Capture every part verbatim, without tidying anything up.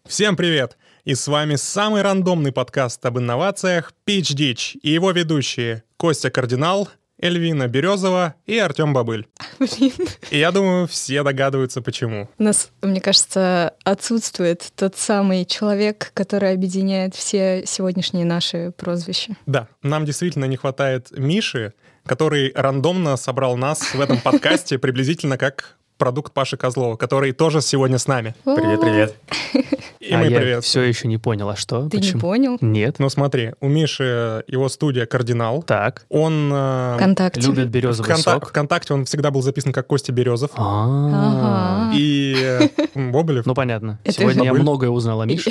Всем привет! И с вами самый рандомный подкаст об инновациях Pitch Ditch и его ведущие Костя Кардинал, Эльвина Березова и Артем Бобыль. Блин. И я думаю, все догадываются, почему. У нас, мне кажется, отсутствует тот самый человек, который объединяет все сегодняшние наши прозвища. Да, нам действительно не хватает Миши, который рандомно собрал нас в этом подкасте приблизительно как продукт Паши Козлова, который тоже сегодня с нами. Привет-привет. И а мы я привет. все еще не понял, а что? Ты Почему? не понял? Нет. Ну смотри, у Миши его студия «Кардинал». Так. Он... э, ВКонтакте. Любит березовый Вконта- сок. ВКонтакте он всегда был записан как Костя Березов. А. Ага. И э, Бобылев. Ну, понятно. Это Сегодня я Бобыль. многое узнал о Мише.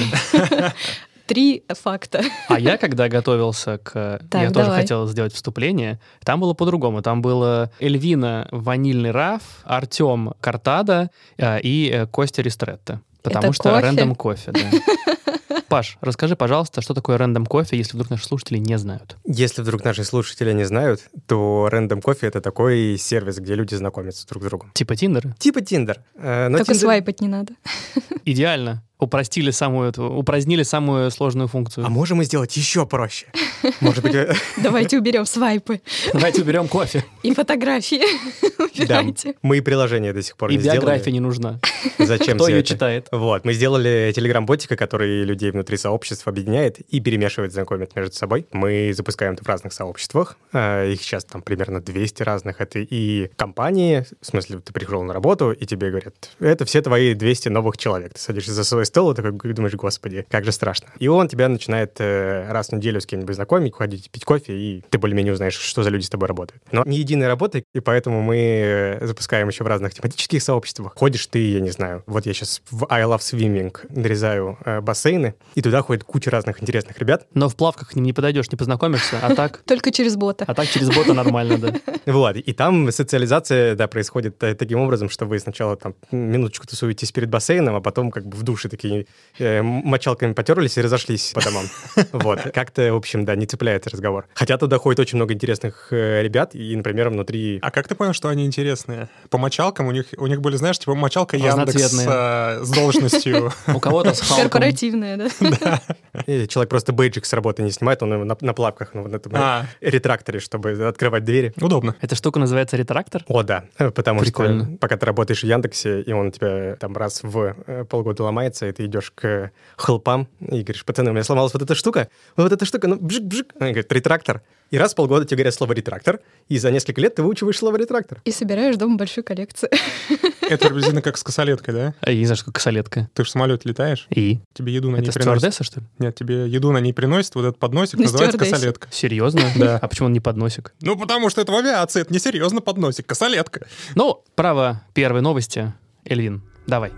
Три факта. А я, когда готовился к... Так, Я тоже давай. хотел сделать вступление. Там было по-другому. Там было Эльвина ванильный раф, Артем Картада э, и э, Костя Ристретто. Потому Это что кофе? рэндом кофе, да. Паш, расскажи, пожалуйста, что такое рэндом кофе, если вдруг наши слушатели не знают. Если вдруг наши слушатели не знают, то Random Coffee — это такой сервис, где люди знакомятся друг с другом. Типа Тиндера? Типа Tinder. Э, но Только Tinder- свайпать не надо. Идеально. Упростили самую эту, упразднили самую сложную функцию. А можем мы сделать еще проще? Может быть... э, Давайте уберем свайпы Давайте уберем кофе. и фотографии. Да, Убирайте. мы и приложение до сих пор И не сделали. биография не нужна. Зачем Кто всё ее это? читает? Вот, мы сделали телеграм-ботика, который людей внутри сообществ объединяет и перемешивает, знакомит между собой. Мы запускаем это в разных сообществах. Э, Их сейчас там примерно двести разных. Это и компании, в смысле, ты пришел на работу, и тебе говорят, это все твои двести новых человек. Ты садишься за свой стол и такой думаешь, господи, как же страшно. И он тебя начинает э, раз в неделю с кем-нибудь знакомить, ходить пить кофе, и ты более-менее узнаешь, что за люди с тобой работают. Но не единой работы, и поэтому мы э, запускаем еще в разных тематических сообществах. Ходишь ты, я не знаю, вот я сейчас в I Love Swimming нарезаю э, бассейны, и туда ходит куча разных интересных ребят. Но в плавках к ним не подойдешь, не познакомишься, а так... Только через бота. А так через бота нормально, да. Вот, и там социализация, да, происходит э, таким образом, что вы сначала там минуточку тусуетесь перед бассейном, а потом как бы в душе такие э, мочалками потерлись и разошлись по домам. Вот, как-то, в общем, да, не цепляется разговор. Хотя туда ходит очень много интересных э, ребят, и, например, внутри... А как ты понял, что они интересные? По мочалкам у них, у них были, знаешь, типа мочалка Яндекс Разноцветные. э, с должностью. У кого-то с Халком. Корпоративная, да? э, Человек просто бейджик с работы не снимает, он его на, на плавках, ну, вот на этом А. ретракторе, чтобы открывать двери. Удобно. Эта штука называется ретрактор? О, да, э, потому Прикольно. что пока ты работаешь в Яндексе, и он у тебя там раз в э, полгода ломается, и ты идешь к хелпам и говоришь, пацаны, у меня сломалась вот эта штука, вот эта штука, ну, бжик-бжик. Они говорят, ретрактор. И раз в полгода тебе говорят слово ретрактор, и за несколько лет ты выучиваешь слово ретрактор. И собираешь дома большую коллекцию. Это приблизительно как с косолеткой, да? А я не знаю, что косолетка. Ты же в самолете летаешь, И? тебе еду на ней Это приносят. стюардесса, что ли? Нет, тебе еду на ней приносят, вот этот подносик На называется стюардессе. косолетка. Серьезно? Да. А почему он не подносик? Ну, потому что это в авиации, это несерьезно подносик, косолетка. Ну, право первой новости. Эльвин, давай.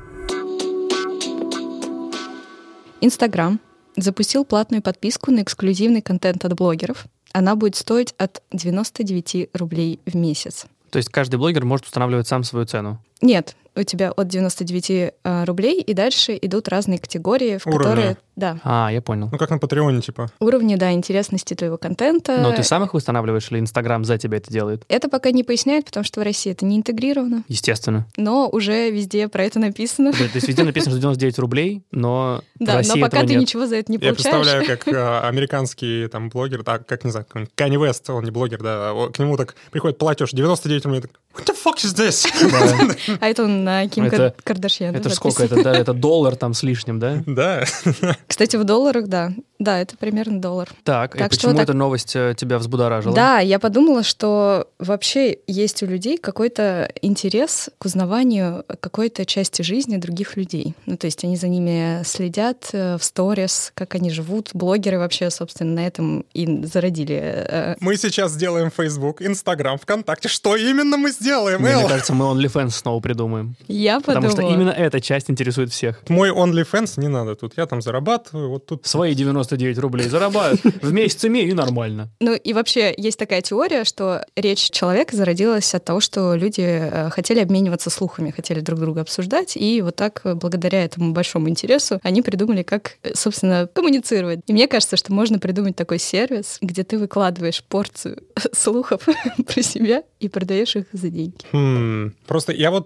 Инстаграм запустил платную подписку на эксклюзивный контент от блогеров. Она будет стоить от девяносто девять рублей в месяц. То есть каждый блогер может устанавливать сам свою цену. Нет, у тебя от девяносто девять э, рублей, и дальше идут разные категории, в Уровни. которые... Да, А, я понял. Ну, как на Патреоне, типа. уровни, да, интересности твоего контента. Но ты сам их устанавливаешь или Инстаграм за тебя это делает? Это пока не поясняет, потому что в России это не интегрировано, Естественно. но уже везде про это написано. То есть везде написано, что девяносто девять рублей, но в Да, России но пока этого ты нет. ничего за это не Я получаешь. представляю, как э, американский там блогер, так, как, не знаю, какой-нибудь Канни Вест, он не блогер, да, о, к нему так приходит платеж девяносто девять рублей, так, what the fuck is this? А это он на Ким Это- Кар- Кардашьян. Это ж записан. сколько? Это, да, это доллар там с лишним, да? Да. Кстати, в долларах, да. Да, это примерно доллар. Так, и Так что почему так- эта новость э, тебя взбудоражила? Да, я подумала, что вообще есть у людей какой-то интерес к узнаванию какой-то части жизни других людей. Ну, то есть они за ними следят э, в сторис, как они живут. Блогеры вообще, собственно, на этом и зародили. э, Мы сейчас сделаем Facebook, Instagram, ВКонтакте. Что именно мы сделаем, Мне, Эл? мне кажется, мы OnlyFans снова придумаем. Я Потому подумала. что именно эта часть интересует всех. Мой OnlyFans не надо тут. Я там зарабатываю, вот тут... Свои девяносто девять рублей зарабатывают, в месяц имею, и нормально. Ну и вообще есть такая теория, что речь человека зародилась от того, что люди э, хотели обмениваться слухами, хотели друг друга обсуждать, и вот так, э, благодаря этому большому интересу, они придумали, как, э, собственно, коммуницировать. И мне кажется, что можно придумать такой сервис, где ты выкладываешь порцию слухов про себя и продаешь их за деньги. Хм, Просто я вот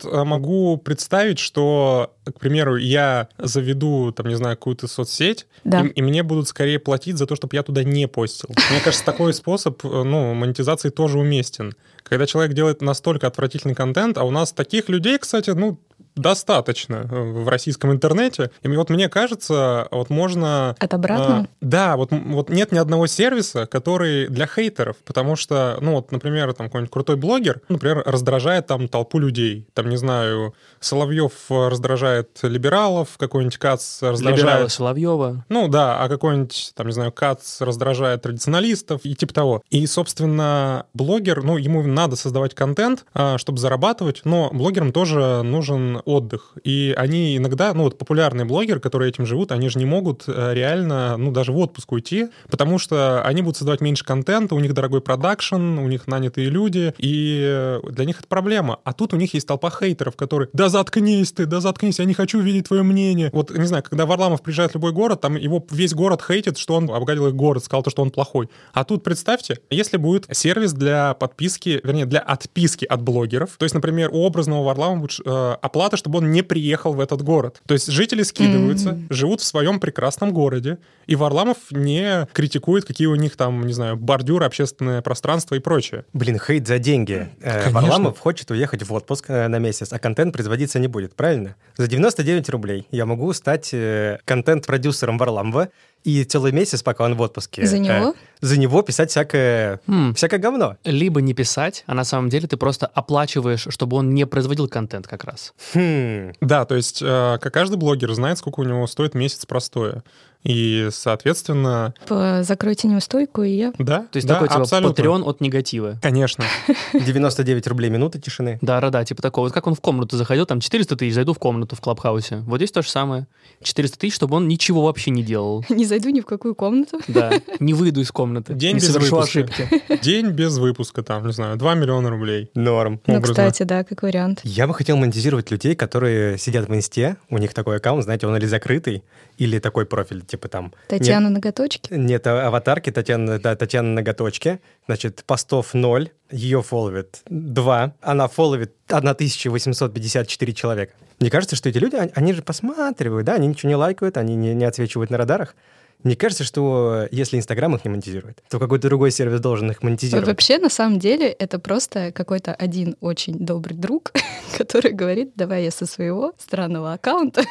вот могу представить, что, к примеру, я заведу, там, не знаю, какую-то соцсеть, Да. и, и мне будут скорее платить за то, чтобы я туда не постил. Мне кажется, такой способ, ну, монетизации тоже уместен. Когда человек делает настолько отвратительный контент, а у нас таких людей, кстати, ну, достаточно в российском интернете. И вот мне кажется, вот можно... От обратного? А, да, вот, вот нет ни одного сервиса, который для хейтеров, потому что, ну вот, например, там какой-нибудь крутой блогер, например, раздражает там толпу людей. Там, не знаю, Соловьев раздражает либералов, какой-нибудь Кац раздражает... Либералы Соловьева. Ну да, а какой-нибудь, там, не знаю, Кац раздражает традиционалистов и типа того. И, собственно, блогер, ну, ему надо создавать контент, чтобы зарабатывать, но блогерам тоже нужен отдых. И они иногда, ну вот популярные блогеры, которые этим живут, они же не могут реально, ну даже в отпуск уйти, потому что они будут создавать меньше контента, у них дорогой продакшн, у них нанятые люди, и для них это проблема. А тут у них есть толпа хейтеров, которые «Да заткнись ты, да заткнись, я не хочу видеть твое мнение». Вот, не знаю, когда Варламов приезжает в любой город, там его весь город хейтит, что он обгадил их город, сказал то, что он плохой. А тут представьте, если будет сервис для подписки, вернее, для отписки от блогеров, то есть, например, у образного Варламова будет э, оплата, чтобы он не приехал в этот город. То есть жители скидываются, mm-hmm. живут в своем прекрасном городе, и Варламов не критикует, какие у них там, не знаю, бордюры, общественное пространство и прочее. Блин, хейт за деньги. Конечно. Варламов хочет уехать в отпуск на месяц, а контент производиться не будет, правильно? За девяносто девять рублей я могу стать контент-продюсером Варламова и целый месяц, пока он в отпуске. За него? Э, за него писать всякое, хм. всякое говно. Либо не писать, а на самом деле ты просто оплачиваешь, чтобы он не производил контент как раз. Хм. Да, то есть э, как каждый блогер знает, сколько у него стоит месяц простоя. И, соответственно... Закройте неустойку, и я... Да, То есть да, такой, типа, абсолютно. Patreon от негатива. Конечно. девяносто девять рублей минута тишины. Да, да, да, типа такого. Вот как он в комнату заходил, там четыреста тысяч, зайду в комнату в Клабхаусе. Вот здесь то же самое. четыреста тысяч, чтобы он ничего вообще не делал. Не зайду ни в какую комнату. Да, не выйду из комнаты. День не без совершу выпуска. ошибки. День без выпуска, там, не знаю, два миллиона рублей. Норм. Ну, Образно. кстати, да, как вариант. Я бы хотел монетизировать людей, которые сидят в инсте, у них такой аккаунт, знаете, он или закрытый, или такой профиль, типа там... Татьяна Ноготочки? Нет аватарки, Татьяна, да, Татьяна Ноготочки. Значит, постов ноль, ее фолловит два, она фолловит тысяча восемьсот пятьдесят четыре человека. Мне кажется, что эти люди, они, они же посматривают, да, они ничего не лайкают, они не, не отсвечивают на радарах. Мне кажется, что если Инстаграм их не монетизирует, то какой-то другой сервис должен их монетизировать. Вообще, на самом деле, это просто какой-то один очень добрый друг, который говорит, давай я со своего странного аккаунта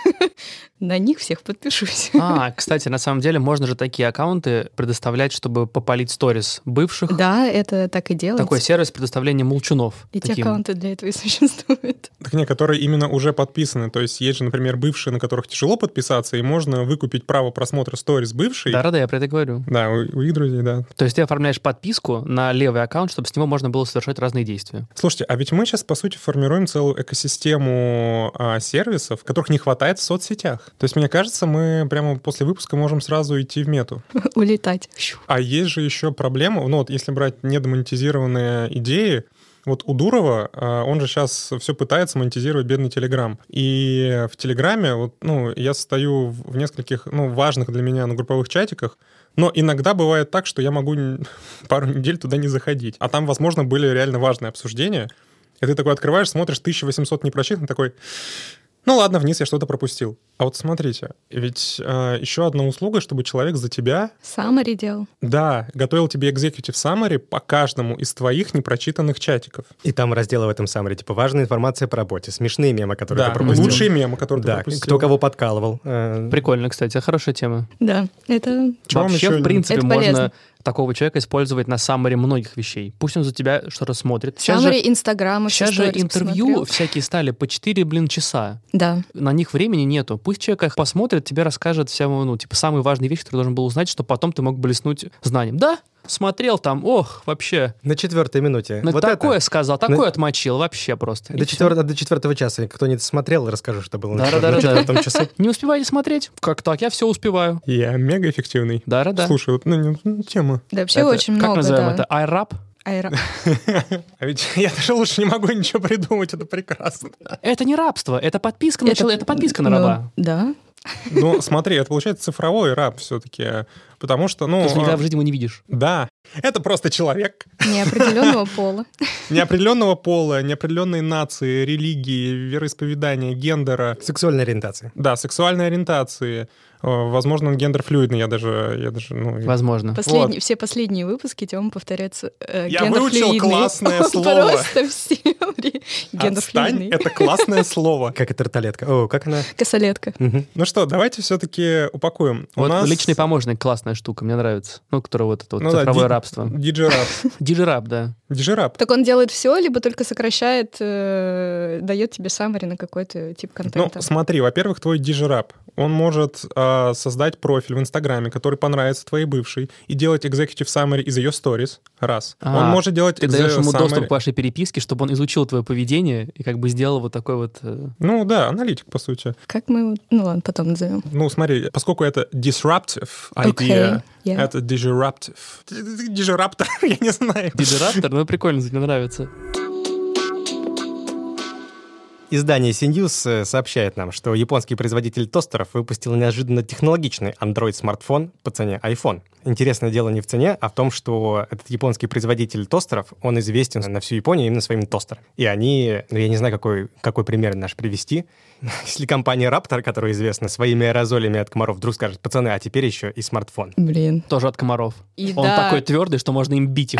на них всех подпишусь. А, кстати, на самом деле можно же такие аккаунты предоставлять, чтобы попалить сторис бывших. Да, это так и делается. Такой сервис предоставления молчунов. Эти таким. аккаунты для этого и существуют. Так не, которые именно уже подписаны. То есть есть же, например, бывшие, на которых тяжело подписаться, и можно выкупить право просмотра сторис бывшей. Да, да, я про это говорю. Да, у, у их друзей, да. То есть ты оформляешь подписку на левый аккаунт, чтобы с него можно было совершать разные действия. Слушайте, а ведь мы сейчас, по сути, формируем целую экосистему а, сервисов, которых не хватает в соцсетях. То есть, мне кажется, мы прямо после выпуска можем сразу идти в мету. Улетать. А есть же еще проблема, ну вот если брать недомонетизированные идеи, вот у Дурова, он же сейчас все пытается монетизировать бедный Телеграм. И в Телеграме, вот, ну, я состою в нескольких, ну, важных для меня, ну, групповых чатиках, но иногда бывает так, что я могу пару недель туда не заходить. А там, возможно, были реально важные обсуждения. И ты такой открываешь, смотришь, тысяча восемьсот непрочитанных, такой... Ну ладно, вниз я что-то пропустил. А вот смотрите, ведь э, еще одна услуга, чтобы человек за тебя... Summary делал. Да, готовил тебе executive summary по каждому из твоих непрочитанных чатиков. И там разделы в этом summary, типа важная информация по работе, смешные мемы, которые Да, ты пропустил. лучшие мемы, которые Да, ты пропустил. кто кого подкалывал. Э, Прикольно, кстати, хорошая тема. Да, это... Чё вам Вообще, еще в не- принципе, Это можно полезно. такого человека использовать на саммаре многих вещей. Пусть он за тебя что-то смотрит. Сейчас Summary же, Инстаграма. сейчас все же сторис интервью посмотрел. всякие стали по четыре, блин, часа. Да. На них времени нету. Пусть человек их посмотрит, тебе расскажет вся, ну, типа, самые важные вещи, которые должен был узнать, чтобы потом ты мог блеснуть знанием. Да, смотрел там, ох, вообще. на четвертой минуте. Ну, вот такое это. сказал, такое отмочил, вообще просто. И До, всё. четвер... до четвертого часа. Кто не смотрел, расскажу, что было на, четвер- Да-да-да-да. на четвертом часу. Не успеваете смотреть? Как так? Я все успеваю. Я мега эффективный. Да-да-да. Слушай, вот ну, не- ну, тема. Да, вообще Это- очень как много, называем да. это? Айрап? Айра. А ведь я даже лучше не могу ничего придумать, это прекрасно. Это не рабство, это подписка на, Это- чело- это подписка на Ну, раба. Да. Ну, смотри, это получается цифровой раб все-таки, потому что, ну... Потому что никогда а, в жизни его не видишь. Да, это просто человек Неопределенного пола. неопределенного пола, неопределенной нации, религии, вероисповедания, гендера, Сексуальная ориентация. да, сексуальной ориентации. Э, Возможно, он гендерфлюидный, я даже... Я даже ну, и- Возможно. Последние, все последние выпуски Тёма повторяется э, Я выучил гендерфлюидный. классное Он слово. Просто все время Отстань, гендерфлюидный. это классное слово. Как и тарталетка. О, как она? Косолетка. Мгм. Ну что, давайте все-таки упакуем. У Вот нас... личный помощник классная штука, мне нравится. Ну, который вот это вот Ну да, цифровое ди- рабство. Диджерап. Диджераб, да. Диджерап. Так он делает все, либо только сокращает, э, дает тебе саммари на какой-то тип Ну, контента. смотри, во-первых, твой диджерап, он может а, создать профиль в Инстаграме, который понравится твоей бывшей, и делать executive summary из ее stories. Раз. А, он может делать Ты даешь ему summary- доступ к вашей переписке, чтобы он изучил твое поведение и как бы сделал вот такой вот... э, Ну да, аналитик, по сути. Как мы его... Ну ладно, потом назовем. Ну, смотри, поскольку это disruptive Окей, idea, я. это disruptive. Дижераптор, я не знаю. Диджераптор, ну прикольно, мне нравится. Издание CNews э, сообщает нам, что японский производитель тостеров выпустил неожиданно технологичный Android-смартфон по цене iPhone. Интересное дело не в цене, а в том, что этот японский производитель тостеров, он известен на всю Японию именно своими тостерами. И они, ну я не знаю, какой, какой пример наш привести. Если компания Raptor, которая известна своими аэрозолями от комаров, вдруг скажет: пацаны, а теперь еще и смартфон. Блин. Тоже от комаров. И Он да. такой твердый, что можно им бить их.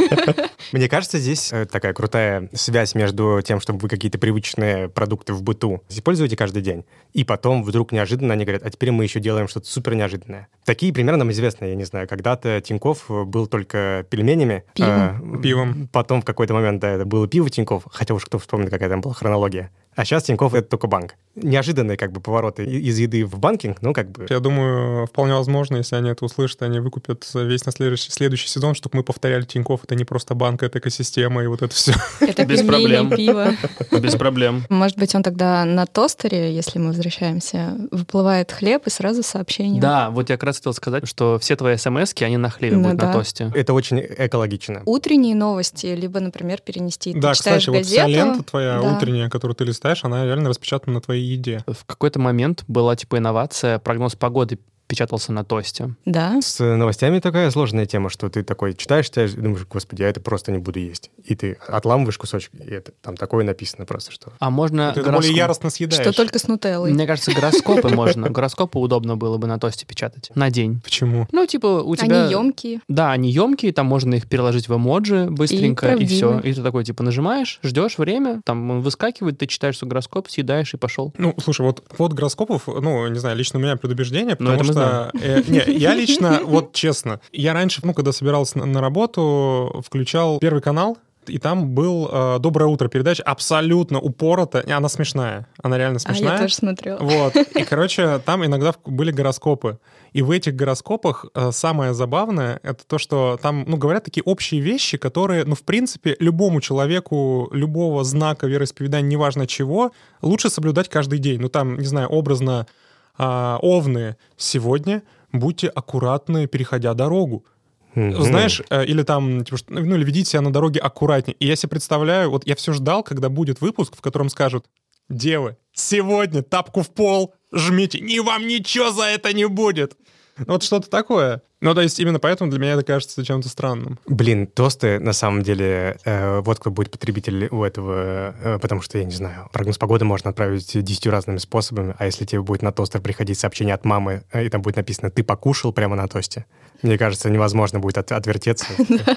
Мне кажется, здесь э, такая крутая связь между тем, чтобы вы какие-то привычные продукты в быту используете каждый день, и потом вдруг неожиданно они говорят: а теперь мы еще делаем что-то супер неожиданное. Такие примеры нам известны, я не знаю, когда-то Тинькофф был только пельменями. Пивом. э, Пивом. Потом в какой-то момент, да, это было пиво Тинькофф, хотя уж кто вспомнит, какая там была хронология. А сейчас Тинькофф — это только банк. Неожиданные как бы повороты и- из еды в банкинг, ну как бы... Я думаю, вполне возможно, если они это услышат, они выкупят весь на следующий, следующий сезон, чтобы мы повторяли Тинькофф. Это не просто банк, это экосистема, и вот это все. Это Без пельмени, проблем. пиво. Без проблем. Может быть, он тогда на тостере, если мы возвращаемся, выплывает хлеб и сразу сообщение. Да, вот я как раз хотел сказать, что все твои смс-ки, они на хлебе Ну будут да. на тосте. Это очень экологично. Утренние новости, либо, например, перенести. Ты Да, читаешь кстати, вот вся газету, лента твоя да. утренняя, которую ты листаешь, она реально распечатана на твоей еде. В какой-то момент была типа инновация, прогноз погоды печатался на тосте. Да. С новостями такая сложная тема, что ты такой читаешь, читаешь, и думаешь: господи, я это просто не буду есть. И ты отламываешь кусочек, и это там такое написано просто, что... А можно... Ты это гороскоп- более яростно съедаешь. Что только с нутеллой. Мне кажется, гороскопы можно. Гороскопы удобно было бы на тосте печатать. На день. Почему? Ну, типа, у тебя... Они емкие. Да, они емкие, там можно их переложить в эмоджи быстренько, и, И все. правдивые. И ты такой, типа, нажимаешь, ждешь время, там он выскакивает, ты читаешь свой гороскоп, съедаешь и пошел. Ну, слушай, вот вот гороскопов, ну, не знаю, лично у меня предубеждение, Ну, потому это мы что... э, не, я лично, вот честно, я раньше, ну, когда собирался на, на работу, включал Первый канал, и там был э, «Доброе утро» передача, абсолютно упорото. Не, она смешная, она реально А смешная. я тоже смотрела. Вот. И, короче, там иногда в- были гороскопы. И в этих гороскопах э, самое забавное — это то, что там, ну, говорят такие общие вещи, которые, ну, в принципе, любому человеку, любого знака вероисповедания, неважно чего, лучше соблюдать каждый день. Ну, там, не знаю, образно, э, овны: сегодня будьте аккуратны, переходя дорогу. Мгм. Знаешь, э, или там, типа, что- ну, или ведите себя на дороге аккуратнее. И я себе представляю, вот я все ждал, когда будет выпуск, в котором скажут: девы, сегодня тапку в пол жмите, и вам ничего за это не будет. Ну, вот что-то такое. Ну, то есть именно поэтому для меня это кажется чем-то странным. Блин, тосты, на самом деле, э, вот кто будет потребитель у этого, э, потому что, я не знаю, прогноз погоды можно отправить десятью разными способами, а если тебе будет на тостер приходить сообщение от мамы, э, и там будет написано: ты покушал прямо на тосте, мне кажется, невозможно будет от- отвертеться.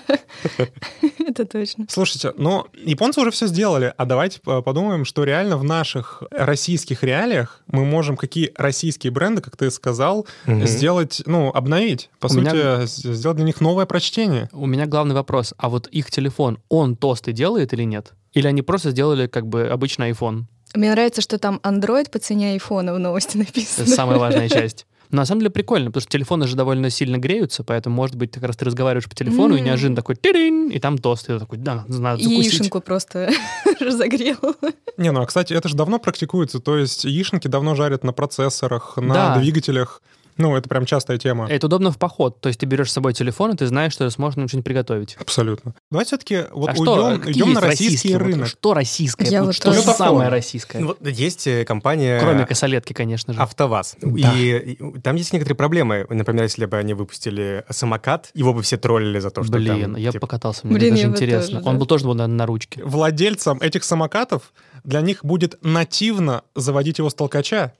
Это точно. Слушайте, ну, японцы уже все сделали, а давайте п- подумаем, что реально в наших российских реалиях мы можем какие российские бренды, как ты сказал, Мгм. сделать, ну, обновить. По У сути, меня- с- сделать для них новое прочтение. У меня главный вопрос, а вот их телефон, он тосты делает или нет? Или они просто сделали как бы обычный iPhone? Мне нравится, что там Android по цене айфона в новости Это написано. самая важная часть. Но на самом деле прикольно, потому что телефоны же довольно сильно греются, поэтому, может быть, как раз ты разговариваешь по телефону, и М. неожиданно такой тирин, и там тост, и ты такой: да, надо И закусить. яишенку просто разогрел. Не, ну, а, кстати, это же давно практикуется, то есть яишенки давно жарят на процессорах, на Да. двигателях. Ну, это прям частая тема. Это удобно в поход. То есть ты берешь с собой телефон, и ты знаешь, что ты сможешь на что-нибудь приготовить. Абсолютно. Давайте все-таки вот а уйдем, что, уйдем на российский вот, рынок. что российское? Я Вот вот что тоже. самое российское? Вот есть компания... Кроме косолетки, конечно же. АвтоВАЗ. Да. И, и там есть некоторые проблемы. Например, если бы они выпустили самокат, его бы все троллили за то, что Блин, там... я типа, покатался, мне Блин, даже я бы интересно. тоже, Он да. был тоже был на, на ручке. Владельцам этих самокатов для них будет нативно заводить его с толкача.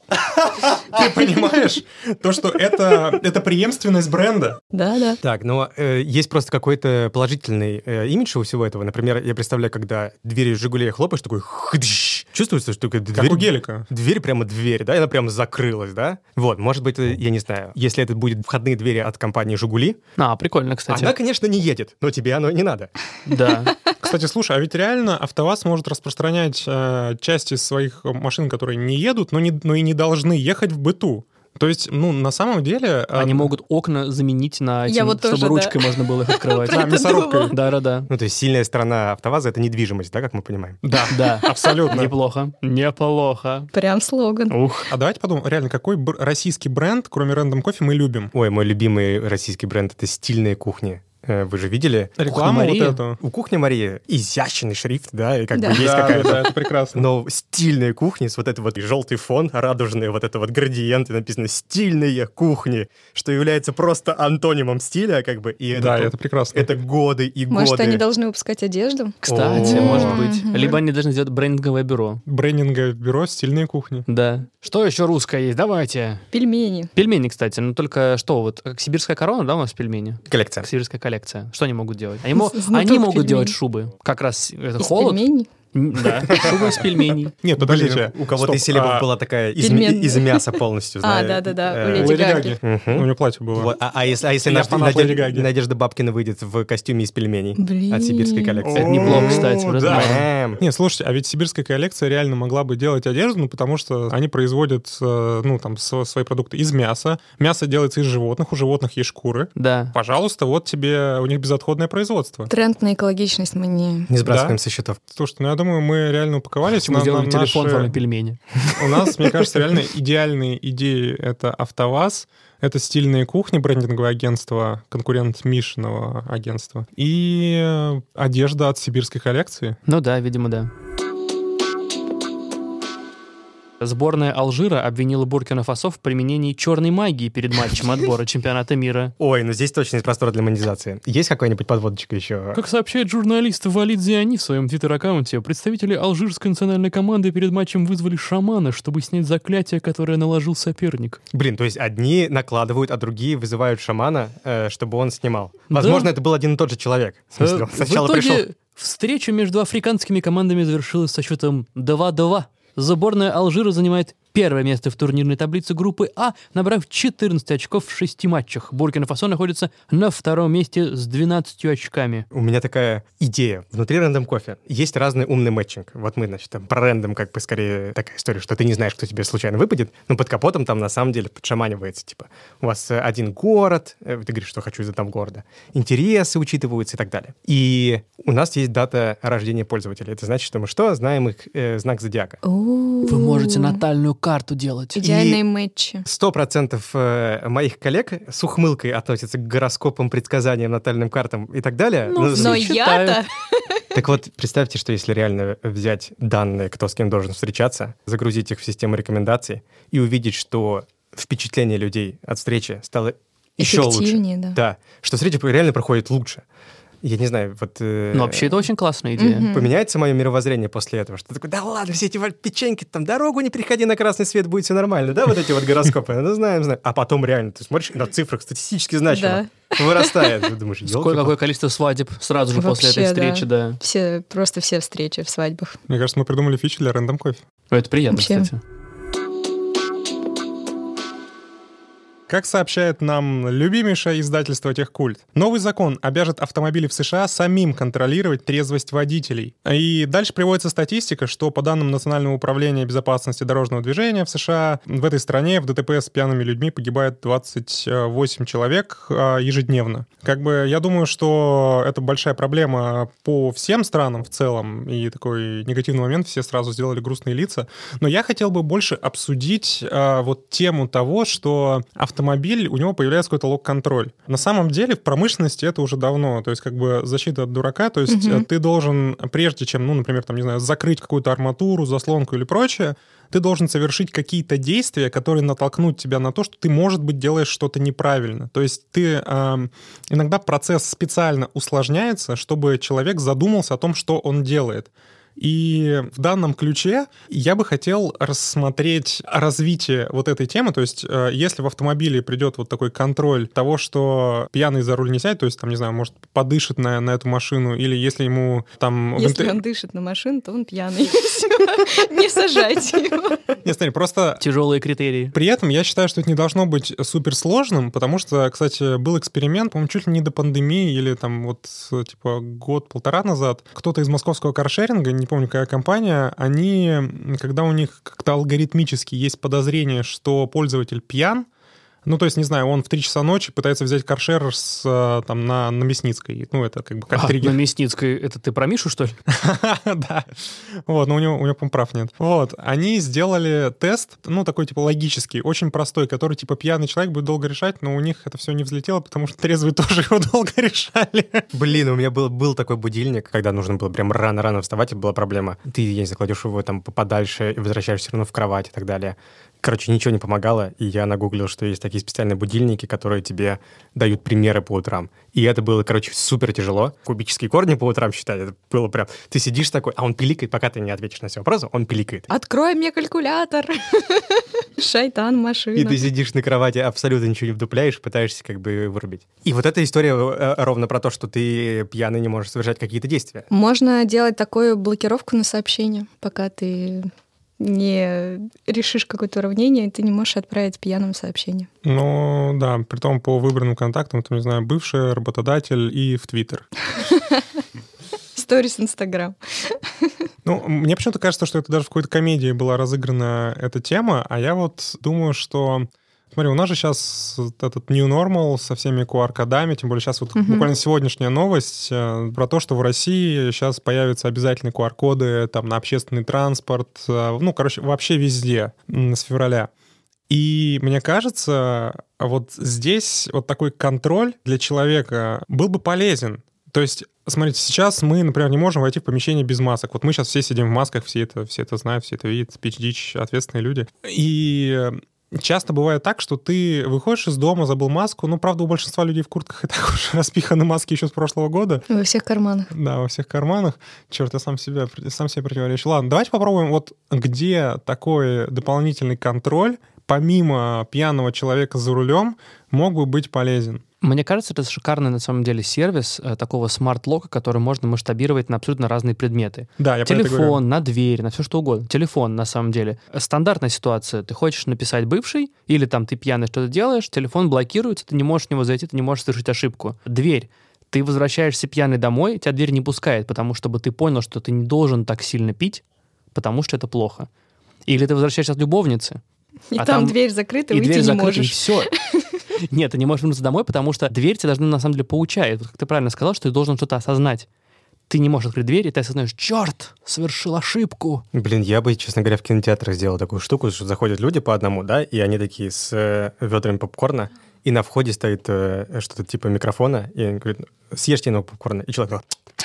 Ты понимаешь? То, что это, это преемственность бренда. Да-да. Так, но э, есть просто какой-то положительный э, имидж у всего этого. Например, я представляю, когда двери «Жигулей» хлопаешь, такой хдыщ. Чувствуется, что такая дверь... Как у гелика. Дверь прямо дверь, да, и она прямо закрылась, да? Вот, может быть, э, я не знаю, если это будет входные двери от компании «Жигули», А, прикольно, кстати. она, конечно, не едет, но тебе оно не надо. Да. Кстати, слушай, а ведь реально АвтоВАЗ может распространять э, части своих машин, которые не едут, но, не, но и не должны ехать в быту. То есть, ну, на самом деле... Они э, могут окна заменить на Я этим, вот чтобы тоже, да. ручкой можно было их открывать. Да, мясорубкой. Да-да-да. Ну, то есть сильная сторона АвтоВАЗа — это недвижимость, да, как мы понимаем? Да, Да, абсолютно. неплохо. Неплохо. Прям слоган. Ух. А давайте подумаем, реально, какой бр- российский бренд, кроме Random Coffee, мы любим? Ой, мой любимый российский бренд — это «Стильные кухни». Э, Вы же видели? Реклама вот Мария? эту. У «Кухни Марии» изящный шрифт, да, и как Да. бы есть Да, какая-то... да, это прекрасно. Но стильные кухни с вот это вот желтый фон, радужный вот это вот градиент, и написано «стильные кухни», что является просто антонимом стиля, как бы, и Да, это, это прекрасно. это годы и Может, годы. они должны выпускать одежду? Кстати, О. может быть. Мгм. Либо они должны сделать брендинговое бюро. Брендинговое бюро «Стильные кухни». Да. Что еще русское есть? Давайте. Пельмени. Пельмени, кстати. Ну, только что, вот, как сибирская корона, да, у нас пельмени? Коллекция. Как сибирская коллекция. Что они могут делать? Они, мо- Знаток они могут пельменей. делать шубы. Как раз это Из холод. пельменей? М, Да, шуба из пельменей. Нет, Блин, подождите. у кого-то Стоп, из селебов а, была такая из, Пельмен- из мяса полностью, А, знаешь. да-да-да, у Э, Леди Леди Гаги. Гаги. Мгм. У нее платье было. Вот. А, а если, а если Я наш- фанат Надежда, Леди Гаги. Надежда Бабкина выйдет в костюме из пельменей Блин. от сибирской коллекции? Это неплохо, кстати, О, вроде да. можно. Эм. Не, слушайте, а ведь сибирская коллекция реально могла бы делать одежду, ну, потому что они производят, э, ну, там, со- свои продукты из мяса. Мясо делается из животных, у животных есть шкуры. Да. Пожалуйста, вот тебе, у них безотходное производство. Тренд на экологичность мы не... Не сбрасываем Да. со счетов. Слушайте, ну, я думаю, мы реально упаковались. Мы На- сделали на телефон в наши- форме пельмени. У нас, мне кажется, реально идеальные идеи — это АвтоВАЗ, это «Стильные кухни», брендинговое агентство, конкурент Мишиного агентства, и э, одежда от сибирской коллекции. Ну да, видимо, да. Сборная Алжира обвинила Буркина-Фасо в применении черной магии перед матчем отбора чемпионата мира. Ой, ну здесь точно есть простор для монетизации. Есть какая-нибудь подводочка еще? Как сообщает журналист Валид Зиани в своем твиттер-аккаунте, представители алжирской национальной команды перед матчем вызвали шамана, чтобы снять заклятие, которое наложил соперник. Блин, то есть одни накладывают, а другие вызывают шамана, э, чтобы он снимал. Возможно, Да. это был один и тот же человек. В смысле, он Э, сначала в итоге пришел... встреча между африканскими командами завершилась со счетом два-два. Сборная Алжира занимает первое место в турнирной таблице группы А, набрав четырнадцать очков в шести матчах. Буркина-Фасо находится на втором месте с двенадцатью очками. У меня такая идея. Внутри Random Coffee есть разный умный мэтчинг. Вот мы, значит, там про рандом как бы скорее такая история, что ты не знаешь, кто тебе случайно выпадет, но под капотом там на самом деле подшаманивается. Типа, у вас э, один город, э, ты говоришь, что хочу из этого города, интересы учитываются и так далее. И у нас есть дата рождения пользователя. Это значит, что мы что? Знаем их э, знак зодиака. Вы можете натальную карту делать. Идеальные матчи. Сто процентов э, моих коллег с ухмылкой относятся к гороскопам, предсказаниям, натальным картам и так далее. Ну, Ну, Но Читаю. я-то... Так вот, представьте, что если реально взять данные, кто с кем должен встречаться, загрузить их в систему рекомендаций и увидеть, что впечатление людей от встречи стало еще лучше. Эффективнее, да. Да, что встреча реально проходит лучше. Я не знаю, вот... э, Ну, вообще, это очень классная идея. Мгм. Поменяется мое мировоззрение после этого? Что такое, да ладно, все эти печеньки, там, дорогу не переходи на красный свет, будет все нормально, да, вот эти вот гороскопы? Ну, знаем, знаем. А потом реально ты смотришь, на цифрах статистически значимо вырастает. Ты думаешь, Сколько, ёлки-палки. какое количество свадеб сразу же после Вообще, этой встречи, да. Все, просто все встречи в свадьбах. Мне кажется, мы придумали фичу для Random Coffee. Это приятно, Вообще. кстати. Как сообщает нам любимейшее издательство «Техкульт», новый закон обяжет автомобили в США самим контролировать трезвость водителей. И дальше приводится статистика, что по данным Национального управления безопасности дорожного движения в США, в этой стране в ДТП с пьяными людьми погибает двадцать восемь человек а, ежедневно. Как бы я думаю, что это большая проблема по всем странам в целом, и такой негативный момент, все сразу сделали грустные лица. Но я хотел бы больше обсудить а, вот тему того, что автомобили автомобиль, у него появляется какой-то лог-контроль. На самом деле в промышленности это уже давно, то есть как бы защита от дурака, то есть угу. ты должен, прежде чем, ну, например, там, не знаю, закрыть какую-то арматуру, заслонку или прочее, ты должен совершить какие-то действия, которые натолкнут тебя на то, что ты, может быть, делаешь что-то неправильно. То есть ты э, иногда процесс специально усложняется, чтобы человек задумался о том, что он делает. И в данном ключе я бы хотел рассмотреть развитие вот этой темы. То есть если в автомобиле придет вот такой контроль того, что пьяный за руль не сядет, то есть, там, не знаю, может, подышит на, на эту машину, или если ему там... Если он дышит на машину, то он пьяный. Не сажайте его. Не, смотри, просто... Тяжелые критерии. При этом я считаю, что это не должно быть суперсложным, потому что, кстати, был эксперимент, по-моему, чуть ли не до пандемии, или там вот, типа, год-полтора назад, кто-то из московского каршеринга, не помню, какая компания, они, когда у них как-то алгоритмически есть подозрение, что пользователь пьян, ну, то есть, не знаю, он в три часа ночи пытается взять каршер с, там, на, на Мясницкой. Ну, это как бы как а, триггер. На Мясницкой, это ты про Мишу, что ли? Да. Вот, но у него, у него, по-моему, прав нет. Вот, они сделали тест, ну, такой, типа, логический, очень простой, который, типа, пьяный человек будет долго решать, но у них это все не взлетело, потому что трезвые тоже его долго решали. Блин, у меня был, был такой будильник, когда нужно было прям рано-рано вставать, и была проблема. Ты, я не знаю, кладешь его там подальше и возвращаешься все равно в кровать и так далее. Короче, ничего не помогало, и я нагуглил, что есть такие специальные будильники, которые тебе дают примеры по утрам. И это было, короче, супер тяжело. Кубические корни по утрам считать, это было прям... Ты сидишь такой, а он пиликает, пока ты не ответишь на все вопросы, он пиликает. Открой мне калькулятор. Шайтан машина. И ты сидишь на кровати, абсолютно ничего не вдупляешь, пытаешься как бы вырубить. И вот эта история ровно про то, что ты пьяный не можешь совершать какие-то действия. Можно делать такую блокировку на сообщение, пока ты... не решишь какое-то уравнение, и ты не можешь отправить пьяным сообщение. Ну, да, притом по выбранным контактам, там, не знаю, бывший работодатель и в Твиттер. Сторис Инстаграм. Ну, мне почему-то кажется, что это даже в какой-то комедии была разыграна эта тема, а я вот думаю, что... Смотри, у нас же сейчас этот new normal со всеми ку ар-кодами, тем более сейчас вот uh-huh. буквально сегодняшняя новость э, про то, что в России сейчас появятся обязательные ку ар-коды там, на общественный транспорт, э, ну, короче, вообще везде э, с февраля. И мне кажется, вот здесь вот такой контроль для человека был бы полезен. То есть, смотрите, сейчас мы, например, не можем войти в помещение без масок. Вот мы сейчас все сидим в масках, все это, все это знают, все это видят, спич-дич, ответственные люди. И... часто бывает так, что ты выходишь из дома, забыл маску. Ну, правда, у большинства людей в куртках и так уж распиханы маски еще с прошлого года. Во всех карманах. Да, во всех карманах. Черт, я сам, себя, сам себе противоречу. Ладно, давайте попробуем, вот где такой дополнительный контроль, помимо пьяного человека за рулем, мог бы быть полезен. Мне кажется, это шикарный на самом деле сервис э, такого смарт-лока, который можно масштабировать на абсолютно разные предметы. Да, я про это говорю. Телефон, на дверь, на все что угодно. Телефон, на самом деле. Стандартная ситуация. Ты хочешь написать бывший, или там ты пьяный что-то делаешь, телефон блокируется, ты не можешь в него зайти, ты не можешь совершить ошибку. Дверь. Ты возвращаешься пьяный домой, тебя дверь не пускает, потому чтобы ты понял, что ты не должен так сильно пить, потому что это плохо. Или ты возвращаешься от любовницы. И а там, там дверь закрыта, и выйти дверь не закрыта, можешь. И все. Нет, ты не можешь вернуться домой, потому что дверь тебя должна, на самом деле, поучает. Вот как ты правильно сказал, что ты должен что-то осознать. Ты не можешь открыть дверь, и ты осознаешь, черт, совершил ошибку. Блин, я бы, честно говоря, в кинотеатрах сделал такую штуку, что заходят люди по одному, да, и они такие с э, ведрами попкорна, и на входе стоит э, что-то типа микрофона, и они говорят, съешьте много попкорна. И человек...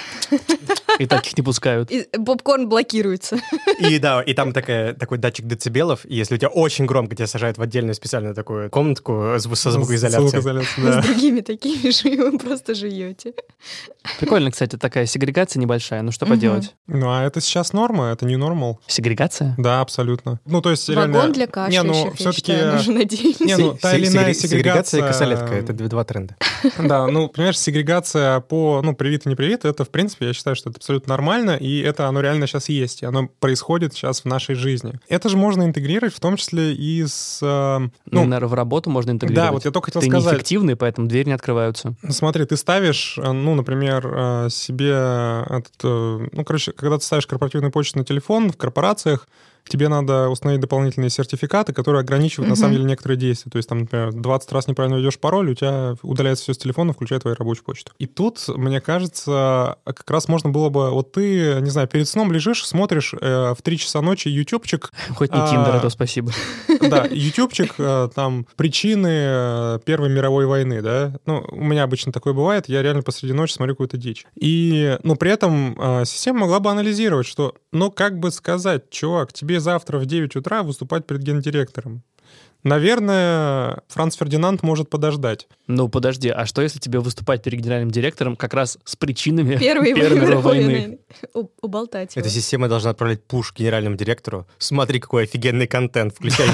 И таких не пускают. И попкорн блокируется. И да, и там такая, такой датчик децибелов, и если у тебя очень громко, тебя сажают в отдельную специальную такую комнатку со звукоизоляцией. Звукоизоляция, да. С другими такими же, и вы просто живете. Прикольно, кстати, такая сегрегация небольшая. Ну что поделать? Ну, а это сейчас норма, это не нормал. Сегрегация? Да, абсолютно. Ну, то есть Вагон реально... для кашляющих, не, ну, я все-таки... считаю, нужен отдельно. Не, ну, та или иная сегрегация... Сегрегация и косолетка — это два тренда. Да, ну, понимаешь, сегрегация по, ну, привито, не привито, это, в принципе, я считаю, что это абсолютно нормально, и это оно реально сейчас есть, и оно происходит сейчас в нашей жизни. Это же можно интегрировать в том числе и с... Ну, ну наверное, в работу можно интегрировать. Да, вот я только хотел ты сказать. Ты неэффективный, поэтому двери не открываются. Смотри, ты ставишь, ну, например, себе... Этот, ну, короче, когда ты ставишь корпоративную почту на телефон в корпорациях, тебе надо установить дополнительные сертификаты, которые ограничивают, угу. на самом деле, некоторые действия. То есть, там, например, двадцать раз неправильно введешь пароль, у тебя удаляется все с телефона, включая твою рабочую почту. И тут, мне кажется, как раз можно было бы... Вот ты, не знаю, перед сном лежишь, смотришь э, в три часа ночи ютубчик. Хоть не Тиндер, а то спасибо. Да, ютубчик, э, там, причины Первой мировой войны, да. Ну, у меня обычно такое бывает, я реально посреди ночи смотрю какую-то дичь. И, ну, при этом э, система могла бы анализировать, что, ну, как бы сказать, чувак, тебе завтра в девять утра выступать перед гендиректором. Наверное, Франц Фердинанд может подождать. Ну, подожди, а что, если тебе выступать перед генеральным директором как раз с причинами Первой мировой войны? Уболтать его. Эта система должна отправлять пуш генеральному директору. Смотри, какой офигенный контент, включай.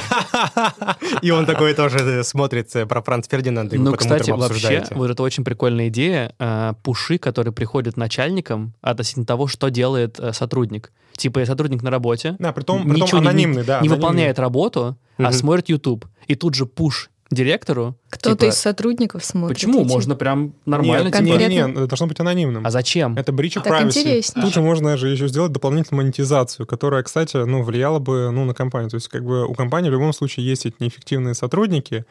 И он такой тоже смотрит про Франц Фердинанда, и вы Ну, потом кстати, утром вообще, обсуждаете. вот это очень прикольная идея. э, Пуши, которые приходят начальникам относительно того, что делает э, сотрудник. Типа, сотрудник на работе, Да, притом, притом ничего не- анонимный, да. не анонимный. выполняет работу, а Мгм. смотрит YouTube. И тут же пуш директору. Кто-то типа, из сотрудников смотрит. Почему? эти- Можно прям нормально. Нет, типа, не, конкретно. не, не, должно быть анонимным. А зачем? Это breach of Так privacy. интереснее. Тут же можно же еще сделать дополнительную монетизацию, которая, кстати, ну, влияла бы, ну, на компанию. То есть, как бы у компании в любом случае есть эти неэффективные сотрудники,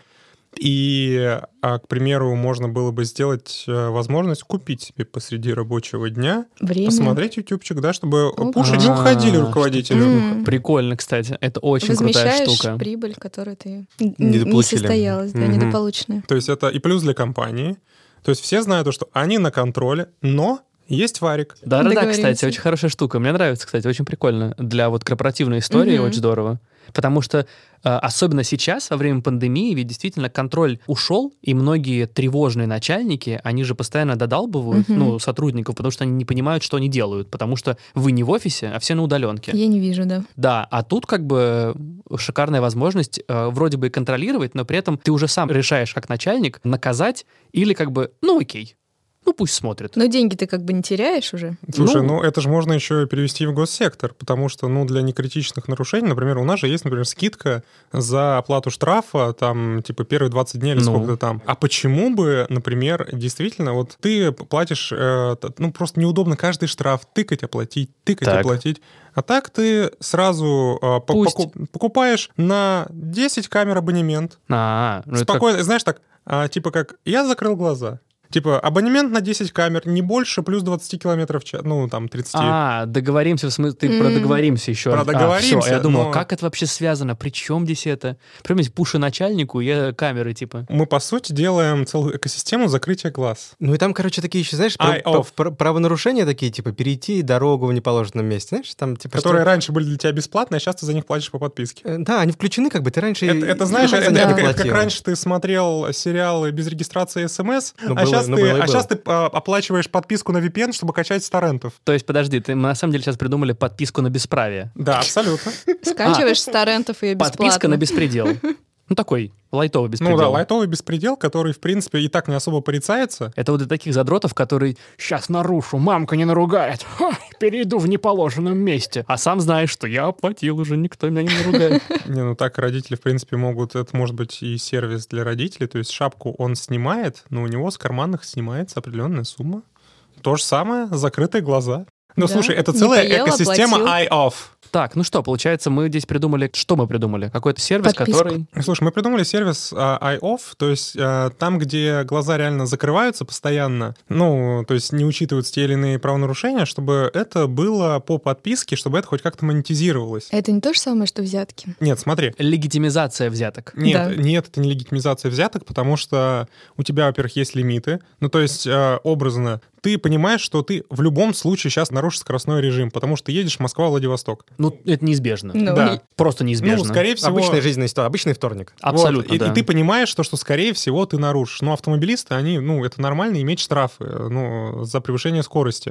и, а, к примеру, можно было бы сделать э, возможность купить себе посреди рабочего дня, Время. посмотреть ютубчик, да, чтобы Опа. пуши не уходили А, руководителю. М. Прикольно, кстати. Это очень крутая Возмещаешь штука. прибыль, которую ты н- Недополучили. не состоялась, да, Мгм. недополученная. То есть это и плюс для компании. То есть все знают, что они на контроле, но есть варик. Да-да-да, Договоримся. кстати, очень хорошая штука. Мне нравится, кстати, очень прикольно. Для вот корпоративной истории Мгм. очень здорово. Потому что э, особенно сейчас, во время пандемии, ведь действительно контроль ушел, и многие тревожные начальники, они же постоянно додалбывают Мгм. ну, сотрудников, потому что они не понимают, что они делают, потому что вы не в офисе, а все на удаленке. Я не вижу, да. Да, а тут как бы шикарная возможность э, вроде бы и контролировать, но при этом ты уже сам решаешь как начальник наказать или как бы, ну окей, ну пусть смотрит. Но деньги ты как бы не теряешь уже. Слушай, Ну- ну, это же можно еще и перевести в госсектор, потому что, ну, для некритичных нарушений, например, у нас же есть, например, скидка за оплату штрафа, там, типа, первые двадцать дней или Ну. сколько-то там. А почему бы, например, действительно, вот ты платишь, э, т- ну, просто неудобно каждый штраф тыкать, оплатить, тыкать, Так. оплатить. А так ты сразу э, по- Пусть. поку- покупаешь на десять камер абонемент. А, ну это как- Спокойно, знаешь, так, а, типа как, я закрыл глаза. Типа, абонемент на десять камер, не больше, плюс двадцать километров в час, ну, там, тридцать. А, договоримся, в смысле, ты М. про договоримся еще. Про А, договоримся, всё, я думал, но- как это вообще связано? При чем здесь это? Прям здесь пуши начальнику, я камеры, типа. Мы, по сути, делаем целую экосистему закрытия глаз. Ну и там, короче, такие еще, знаешь, про- Eye off. про- правонарушения такие, типа, перейти дорогу в неположенном месте, знаешь, там, типа... Которые что- раньше были для тебя бесплатные, а сейчас ты за них платишь по подписке. Э, Да, они включены, как бы, ты раньше... Это, это, знаешь, и это, за них это не как- это как платил. раньше ты смотрел сериалы без регистрации СМС, Ну, а, было- сейчас ну, ты, было и а было. сейчас ты а, оплачиваешь подписку на ви пи эн, чтобы качать с торрентов. То есть, подожди, ты, мы на самом деле сейчас придумали подписку на бесправие. Да, абсолютно. Скачиваешь с торрентов и бесплатно. Подписка на беспредел. Ну, такой лайтовый беспредел. Ну да, лайтовый беспредел, который, в принципе, и так не особо порицается. Это вот для таких задротов, которые «сейчас нарушу, мамка не наругает, Ха, перейду в неположенном месте». А сам знаешь, что я оплатил уже, никто меня не наругает. Не, ну так родители, в принципе, могут... Это может быть и сервис для родителей. То есть шапку он снимает, но у него с карманных снимается определенная сумма. То же самое, закрытые глаза. Ну, Да. слушай, это Не целая поел, экосистема оплатил. eye-off. Так, ну что, получается, мы здесь придумали... Что мы придумали? Какой-то сервис, Подписку. который... Слушай, мы придумали сервис а, eye-off, то есть а, там, где глаза реально закрываются постоянно, ну, то есть не учитываются те или иные правонарушения, чтобы это было по подписке, чтобы это хоть как-то монетизировалось. Это не то же самое, что взятки. Нет, смотри. Легитимизация взяток. Нет, Да. нет, это не легитимизация взяток, потому что у тебя, во-первых, есть лимиты. Ну, то есть, э, образно, ты понимаешь, что ты в любом случае сейчас нарушишь скоростной режим, потому что ты едешь Москва-Владивосток. Ну, это неизбежно. Ну, Да. Просто неизбежно. Ну, скорее всего... Обычная жизненная ситуация, обычный вторник. Абсолютно, Вот, и, да. и ты понимаешь, что, что, скорее всего, ты нарушишь. Но автомобилисты, они, ну, это нормально иметь штрафы, ну, за превышение скорости.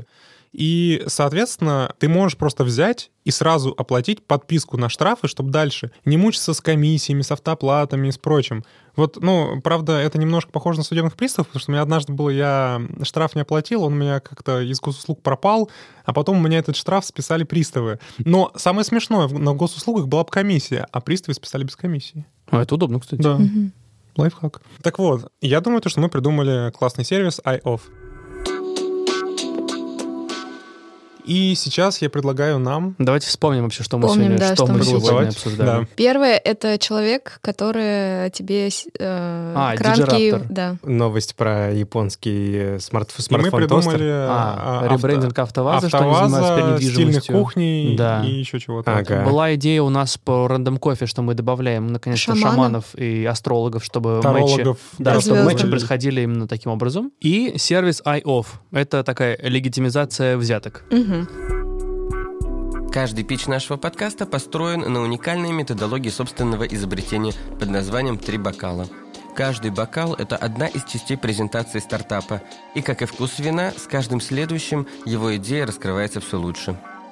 И, соответственно, ты можешь просто взять и сразу оплатить подписку на штрафы, чтобы дальше не мучиться с комиссиями, с автоплатами и с прочим. Вот, ну, правда, это немножко похоже на судебных приставов, потому что у меня однажды было, я штраф не оплатил, он у меня как-то из госуслуг пропал, а потом у меня этот штраф списали приставы. Но самое смешное, на госуслугах была бы комиссия, а приставы списали без комиссии. А, это удобно, кстати. Да. Лайфхак. Так вот, я думаю, то, что мы придумали классный сервис eye-off. И сейчас я предлагаю нам... Давайте вспомним вообще, что мы Помним, сегодня, да, что что мы мы сегодня сегодня- обсуждали. Да. Первое — это человек, который тебе э, А, экранки... диджераптор. Да. Новость про японский смарт- И мы смартфон-тостер. придумали А, а, ребрендинг АвтоВАЗа, что они занимаются АвтоВАЗа, теперь стильных недвижимостью. кухней Да. и еще чего-то. Ага. Была идея у нас по Random Coffee, что мы добавляем, наконец-то, Шаманов. шаманов и астрологов, чтобы матчи, Тарологов. да, Да, чтобы матчи звезды. происходили именно таким образом. И сервис iOff. Это такая легитимизация взяток. Мгм. Каждый питч нашего подкаста построен на уникальной методологии собственного изобретения под названием «Три бокала». Каждый бокал – это одна из частей презентации стартапа. И, как и вкус вина, с каждым следующим его идея раскрывается все лучше.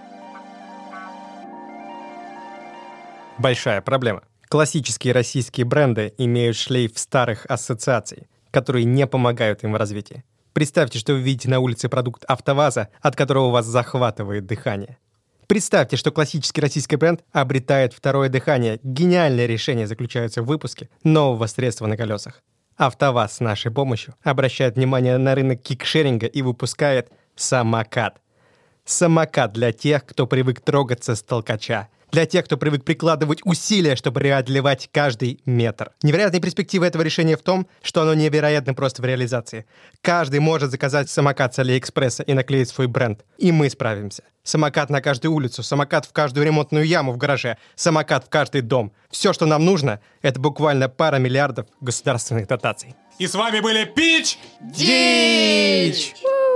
Большая проблема. Классические российские бренды имеют шлейф старых ассоциаций, которые не помогают им в развитии. Представьте, что вы видите на улице продукт АвтоВАЗа, от которого у вас захватывает дыхание. Представьте, что классический российский бренд обретает второе дыхание. Гениальное решение заключается в выпуске нового средства на колесах. АвтоВАЗ с нашей помощью обращает внимание на рынок кикшеринга и выпускает самокат. Самокат для тех, кто привык трогаться с толкача. Для тех, кто привык прикладывать усилия, чтобы преодолевать каждый метр. Невероятная перспектива этого решения в том, что оно невероятно просто в реализации. Каждый может заказать самокат с Алиэкспресса и наклеить свой бренд. И мы справимся. Самокат на каждую улицу, самокат в каждую ремонтную яму в гараже, самокат в каждый дом. Все, что нам нужно, это буквально пара миллиардов государственных дотаций. И с вами были Пич! Дичь!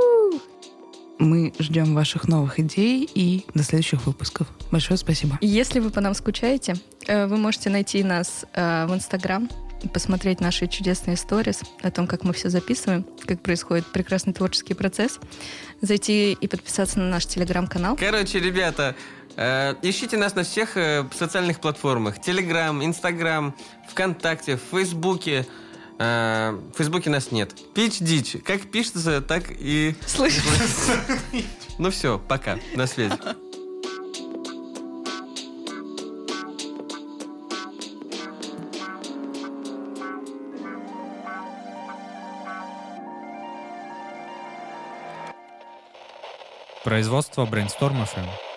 Мы ждем ваших новых идей и до следующих выпусков. Большое спасибо. Если вы по нам скучаете, э, вы можете найти нас э, в Инстаграм, посмотреть наши чудесные сторис о том, как мы все записываем, как происходит прекрасный творческий процесс, зайти и подписаться на наш Телеграм-канал. Короче, ребята, э, ищите нас на всех э, социальных платформах. Телеграм, Инстаграм, ВКонтакте, в Фейсбуке. Э, в Фейсбуке нас нет. Пич дичь. Как пишется, так и... Слышишь? Ну все, пока. На связи. Производство Brainstorm эф эм.